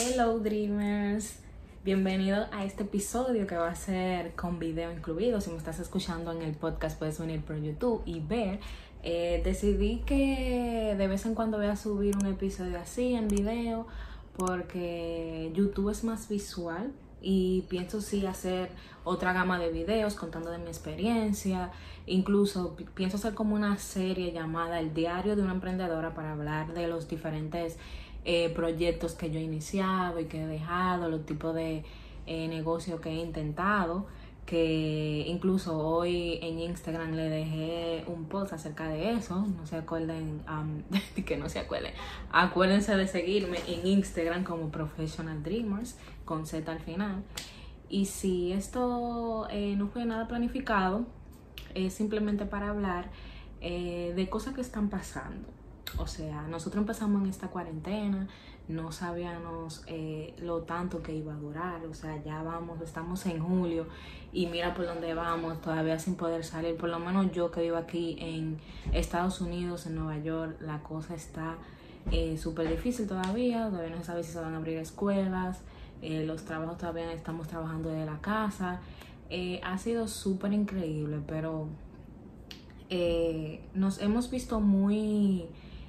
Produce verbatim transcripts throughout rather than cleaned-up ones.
Hello Dreamers, bienvenido a este episodio que va a ser con video incluido. Si me estás escuchando en el podcast puedes venir por YouTube y ver. Eh, decidí que de vez en cuando voy a subir un episodio así en video porque YouTube es más visual y pienso sí hacer otra gama de videos contando de mi experiencia. Incluso pienso hacer como una serie llamada El Diario de una Emprendedora para hablar de los diferentes eh, proyectos que yo he iniciado y que he dejado, los tipos de eh, negocios que he intentado, que incluso hoy en Instagram le dejé un post acerca de eso. No se acuerden, um, que no se acuerden, acuérdense de seguirme en Instagram como Professional Dreamers con Z al final. Y si esto eh, no fue nada planificado, es simplemente para hablar eh, de cosas que están pasando. O sea, nosotros empezamos en esta cuarentena, no sabíamos eh, lo tanto que iba a durar. O sea, ya vamos, estamos en julio y mira por dónde vamos, todavía sin poder salir. Por lo menos yo que vivo aquí en Estados Unidos, en Nueva York, la cosa está eh, súper difícil todavía. Todavía no se sabe si se van a abrir escuelas, eh, los trabajos todavía estamos trabajando desde la casa. Eh, ha sido súper increíble, pero eh, nos hemos visto muy...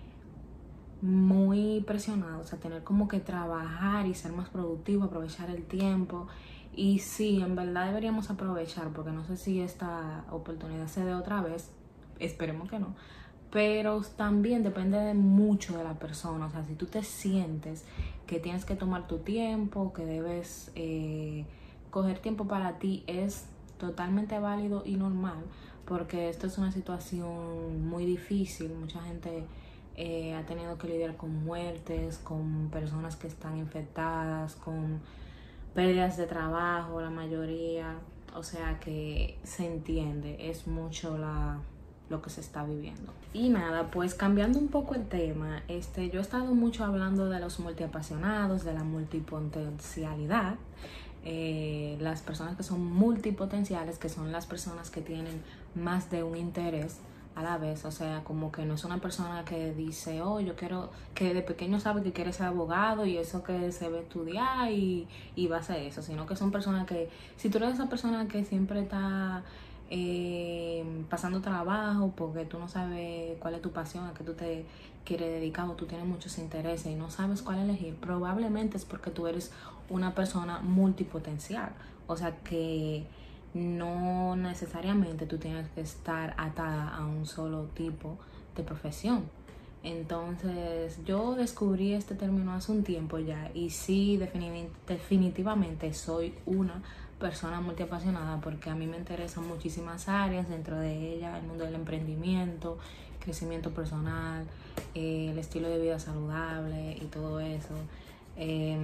muy presionados a tener como que trabajar y ser más productivo, aprovechar el tiempo. Y sí, en verdad deberíamos aprovechar, porque no sé si esta oportunidad se dé otra vez, esperemos que no, pero también depende de mucho de la persona. O sea, si tú te sientes que tienes que tomar tu tiempo, que debes eh, coger tiempo para ti, es totalmente válido y normal, porque esto es una situación muy difícil. Mucha gente Eh, ha tenido que lidiar con muertes, con personas que están infectadas, con pérdidas de trabajo, la mayoría. O sea que se entiende, es mucho la, lo que se está viviendo. Y nada, pues cambiando un poco el tema, este, yo he estado mucho hablando de los multiapasionados, de la multipotencialidad. Eh, las personas que son multipotenciales, que son las personas que tienen más de un interés a la vez. O sea, como que no es una persona que dice, oh, yo quiero, que de pequeño sabe que quiere ser abogado y eso que se va a estudiar y, y va a hacer eso, sino que son personas que, si tú eres esa persona que siempre está eh, pasando trabajo porque tú no sabes cuál es tu pasión, a qué tú te quieres dedicar, o tú tienes muchos intereses y no sabes cuál elegir, probablemente es porque tú eres una persona multipotencial. O sea que no necesariamente tú tienes que estar atada a un solo tipo de profesión. Entonces yo descubrí este término hace un tiempo ya y sí, definitivamente soy una persona multiapasionada, porque a mí me interesan muchísimas áreas, dentro de ella el mundo del emprendimiento, crecimiento personal, eh, el estilo de vida saludable y todo eso. Eh,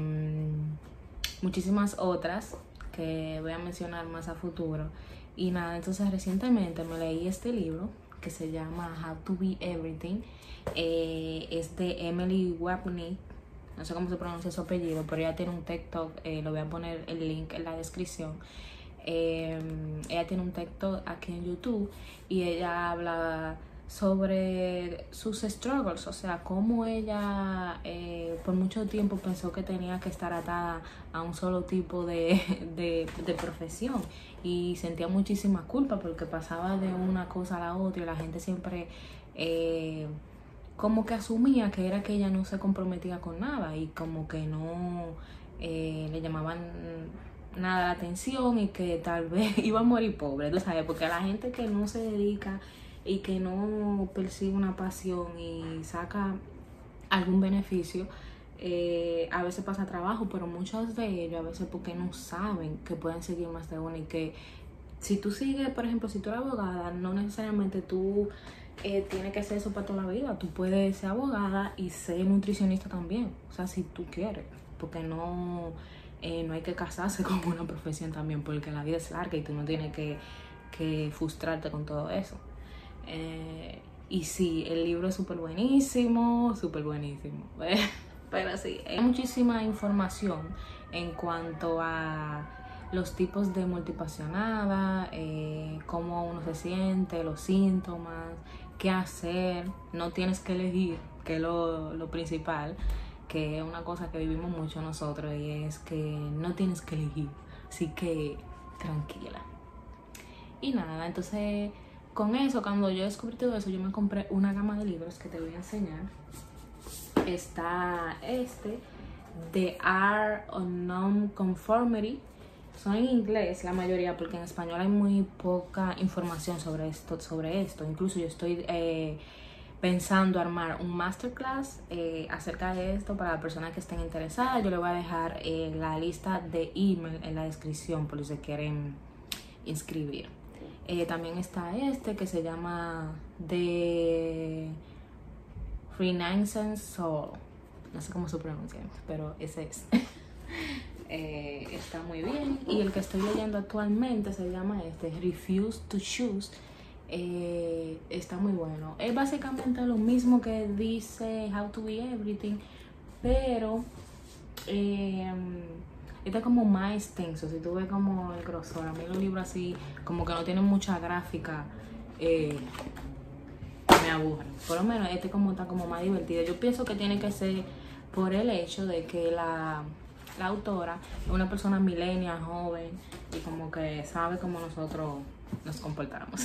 muchísimas otras que voy a mencionar más a futuro. Y nada, entonces recientemente me leí este libro que se llama How to Be Everything. Eh, es de Emily Wapnick, no sé cómo se pronuncia su apellido, pero ella tiene un TikTok, eh, lo voy a poner el link en la descripción. Eh, ella tiene un TikTok aquí en YouTube y ella habla sobre sus struggles, o sea, cómo ella eh, por mucho tiempo pensó que tenía que estar atada a un solo tipo de, de, de profesión y sentía muchísima culpa porque pasaba de una cosa a la otra y la gente siempre eh, como que asumía que era que ella no se comprometía con nada y como que no eh, le llamaban nada la atención y que tal vez iba a morir pobre, tú sabes, porque a la gente que no se dedica y que no persigue una pasión y saca algún beneficio, eh, a veces pasa trabajo, pero muchos de ellos a veces porque no saben que pueden seguir más de uno y que si tú sigues, por ejemplo, si tú eres abogada, no necesariamente tú eh, tienes que hacer eso para toda la vida. Tú puedes ser abogada y ser nutricionista también, o sea, si tú quieres, porque no, eh, no hay que casarse con una profesión también, porque la vida es larga y tú no tienes que, que frustrarte con todo eso. Eh, y sí, el libro es súper buenísimo, súper buenísimo. Pero sí, hay muchísima información en cuanto a los tipos de multipasionada, eh, cómo uno se siente, los síntomas, qué hacer. No tienes que elegir, que es lo, lo principal. que es una cosa que vivimos mucho nosotros y es que no tienes que elegir, así que tranquila. Y nada, entonces con eso, cuando yo descubrí todo eso, yo me compré una gama de libros que te voy a enseñar. Está este, The Art of Non-Conformity. Son en inglés la mayoría, porque en español hay muy poca información sobre esto. Sobre esto. Incluso yo estoy eh, pensando armar un masterclass eh, acerca de esto para las personas que estén interesadas. Yo le voy a dejar eh, la lista de email en la descripción por si se quieren inscribir. Eh, también está este que se llama The Renaissance Soul. No sé cómo se pronuncia, pero ese es. eh, está muy bien. Y el que estoy leyendo actualmente se llama este Refuse to Choose. Eh, está muy bueno. Es básicamente lo mismo que dice How to Be Everything, pero eh, está como más extenso. Si tú ves como el grosor, a mí los libros así como que no tienen mucha gráfica, eh, me aburren. Por lo menos este como está como más divertido. Yo pienso que tiene que ser por el hecho de que la, la autora es una persona millennial, joven, y como que sabe cómo nosotros nos comportamos.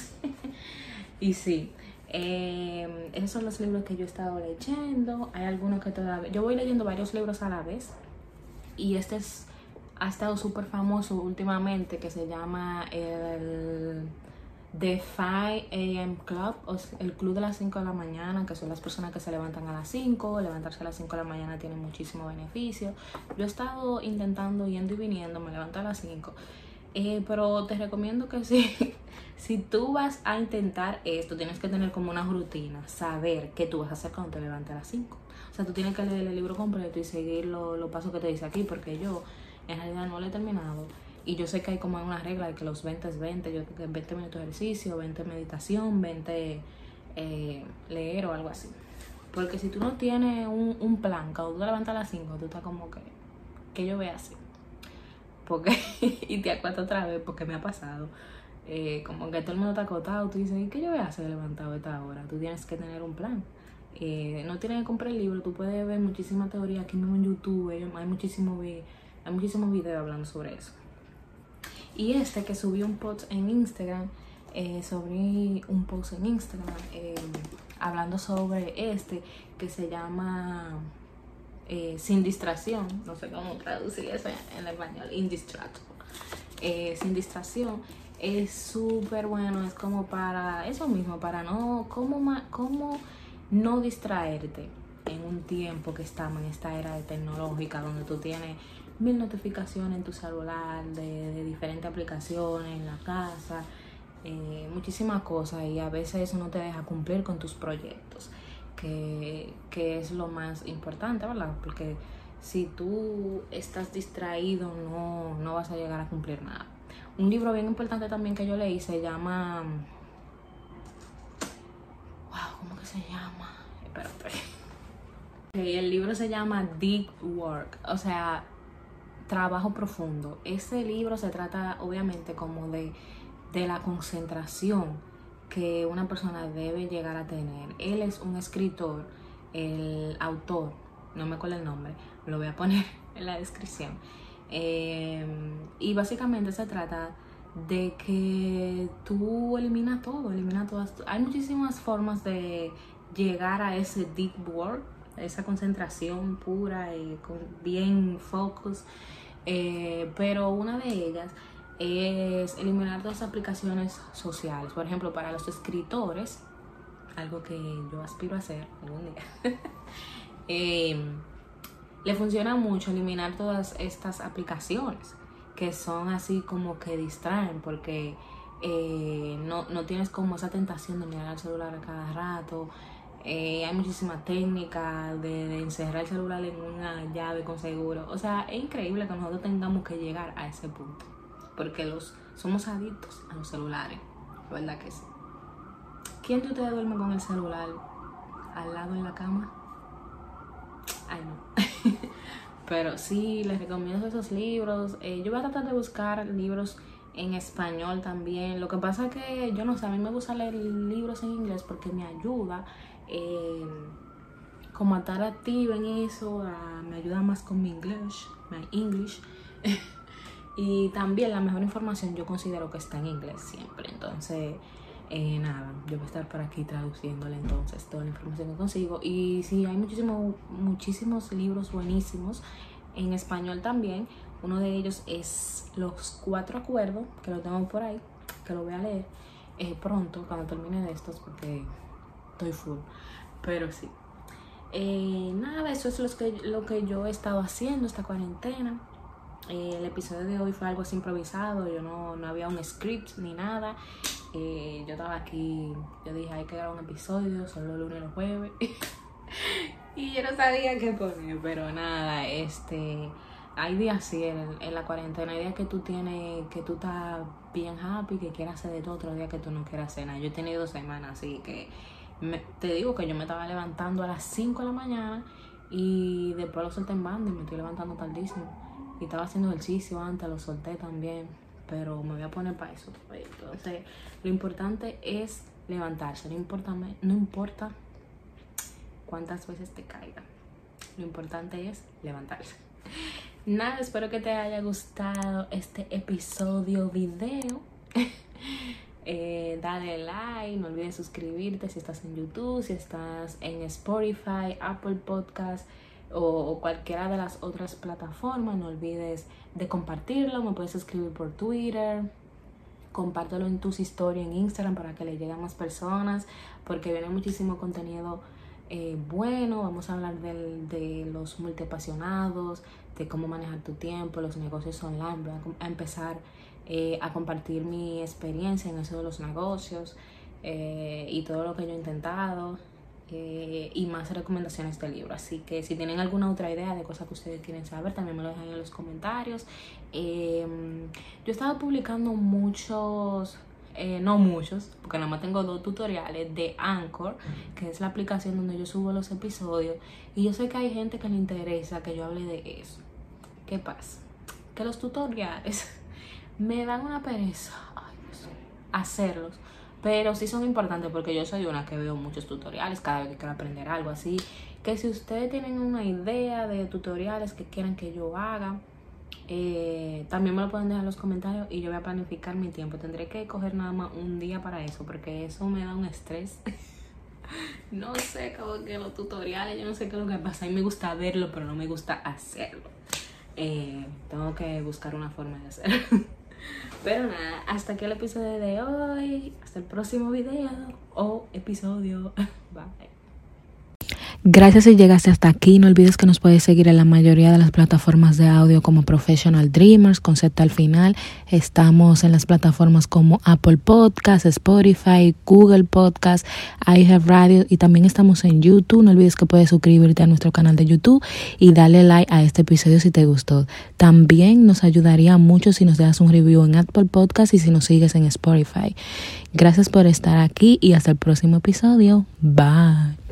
Y sí, eh, esos son los libros que yo he estado leyendo. Hay algunos que todavía... Yo voy leyendo varios libros a la vez. Y este es, ha estado súper famoso últimamente, que se llama el The five a m Club, o el club de las cinco de la mañana, que son las personas que se levantan a las cinco. Levantarse a las cinco de la mañana tiene muchísimo beneficio. Yo he estado intentando, yendo y viniendo, me levanto a las cinco. Eh, pero te recomiendo que si, si tú vas a intentar esto, tienes que tener como una rutina, saber qué tú vas a hacer cuando te levantes a las cinco. O sea, tú tienes que leer el libro completo y seguir los lo pasos que te dice aquí, porque yo en realidad no lo he terminado. Y yo sé que hay como una regla de que los veinte es veinte, yo creo que veinte minutos de ejercicio, veinte meditación, veinte eh, leer o algo así. Porque si tú no tienes un, un plan, cuando tú te levantas a las cinco, tú estás como que, ¿qué yo voy a hacer? Porque, y te acuestas otra vez, porque me ha pasado. Eh, como que todo el mundo está acostado, tú dices, ¿qué yo voy a hacer levantado a esta hora? Tú tienes que tener un plan. Eh, no tienes que comprar el libro, tú puedes ver muchísima teoría aquí mismo en YouTube, hay muchísimos hay muchísimos videos hablando sobre eso. Y este que subí un post en Instagram, eh, sobre un post en Instagram eh, hablando sobre este que se llama eh, Sin Distracción, no sé cómo traducir eso en español, Indistractable. Eh, sin distracción es súper bueno, es como para eso mismo, para no, cómo, cómo no distraerte en un tiempo que estamos en esta era de tecnológica donde tú tienes mil notificaciones en tu celular de, de diferentes aplicaciones en la casa, eh, muchísimas cosas, y a veces eso no te deja cumplir con tus proyectos, que, que es lo más importante, ¿verdad? Porque si tú estás distraído no, no vas a llegar a cumplir nada. Un libro bien importante también que yo leí se llama... Wow, ¿cómo que se llama? Espérate. Okay, el libro se llama Deep Work, o sea, trabajo profundo. Ese libro se trata obviamente como de, de la concentración que una persona debe llegar a tener. Él es un escritor, el autor, no me acuerdo el nombre, lo voy a poner en la descripción. Eh, y básicamente se trata de que tú eliminas todo, eliminas todas. Hay muchísimas formas de llegar a ese deep work, esa concentración pura y con bien focus, eh, pero una de ellas es eliminar todas las aplicaciones sociales. Por ejemplo, para los escritores, algo que yo aspiro a hacer algún día, eh, le funciona mucho eliminar todas estas aplicaciones que son así como que distraen, porque eh, no, no tienes como esa tentación de mirar el celular a cada rato. Eh, hay muchísima técnica de, de encerrar el celular en una llave con seguro. O sea, es increíble que nosotros tengamos que llegar a ese punto, porque los somos adictos a los celulares, la verdad que sí. ¿Quién de ustedes duerme con el celular al lado en la cama? Ay, no. Pero sí, les recomiendo esos libros. Eh, yo voy a tratar de buscar libros en español también. Lo que pasa es que yo no sé, a mí me gusta leer libros en inglés porque me ayuda eh, como a estar activa en eso, a, me ayuda más con mi English, my English. Y también la mejor información yo considero que está en inglés siempre. Entonces, eh, nada, yo voy a estar por aquí traduciéndole entonces toda la información que consigo. Y sí, hay muchísimos, muchísimos libros buenísimos en español también. Uno de ellos es Los Cuatro Acuerdos, que lo tengo por ahí, que lo voy a leer eh, pronto, cuando termine de estos, porque estoy full. Pero sí. Eh, nada, eso es lo que, lo que yo he estado haciendo esta cuarentena. Eh, el episodio de hoy fue algo así improvisado, yo no, no había un script ni nada. Eh, yo estaba aquí, yo dije hay que grabar un episodio, son los lunes y los jueves. Y yo no sabía qué poner, pero nada, este, hay días sí en, en la cuarentena, hay días que tú tienes, que tú estás bien happy, que quieras hacer de todo, otro día que tú no quieras hacer nada. Yo he tenido dos semanas así que me, te digo que yo me estaba levantando a las cinco de la mañana y después lo solté en banda y me estoy levantando tardísimo. Y estaba haciendo ejercicio antes, lo solté también, pero me voy a poner para eso. Entonces, lo importante es levantarse, no importa, no importa cuántas veces te caiga, lo importante es levantarse. Nada, espero que te haya gustado este episodio video. Eh, dale like, no olvides suscribirte si estás en YouTube, si estás en Spotify, Apple Podcast o cualquiera de las otras plataformas. No olvides de compartirlo, me puedes escribir por Twitter, compártelo en tus historias en Instagram para que le lleguen a más personas, porque viene muchísimo contenido eh, bueno. Vamos a hablar del, de los multiapasionados, de cómo manejar tu tiempo, los negocios online. Voy a, a empezar eh, a compartir mi experiencia en eso de los negocios eh, y todo lo que yo he intentado. Eh, y más recomendaciones de libros. Así que si tienen alguna otra idea de cosas que ustedes quieren saber, también me lo dejan en los comentarios. Eh, yo he estado publicando muchos, eh, no muchos, porque nada más tengo dos tutoriales de Anchor, que es la aplicación donde yo subo los episodios. Y yo sé que hay gente que le interesa que yo hable de eso. ¿Qué pasa? Que los tutoriales me dan una pereza, ay, Dios, hacerlos. Pero sí son importantes porque yo soy una que veo muchos tutoriales cada vez que quiero aprender algo. Así que si ustedes tienen una idea de tutoriales que quieran que yo haga, eh, también me lo pueden dejar en los comentarios y yo voy a planificar mi tiempo. Tendré que coger nada más un día para eso porque eso me da un estrés. No sé, como que los tutoriales, yo no sé qué es lo que pasa. A mí me gusta verlo, pero no me gusta hacerlo. Eh, tengo que buscar una forma de hacerlo. Pero nada, hasta aquí el episodio de hoy. Hasta el próximo video o episodio. Bye. Gracias si llegaste hasta aquí. No olvides que nos puedes seguir en la mayoría de las plataformas de audio como Professional Dreamers, concepto al final. Estamos en las plataformas como Apple Podcast, Spotify, Google Podcast, iHeartRadio y también estamos en YouTube. No olvides que puedes suscribirte a nuestro canal de YouTube y darle like a este episodio si te gustó. También nos ayudaría mucho si nos dejas un review en Apple Podcast y si nos sigues en Spotify. Gracias por estar aquí y hasta el próximo episodio. Bye.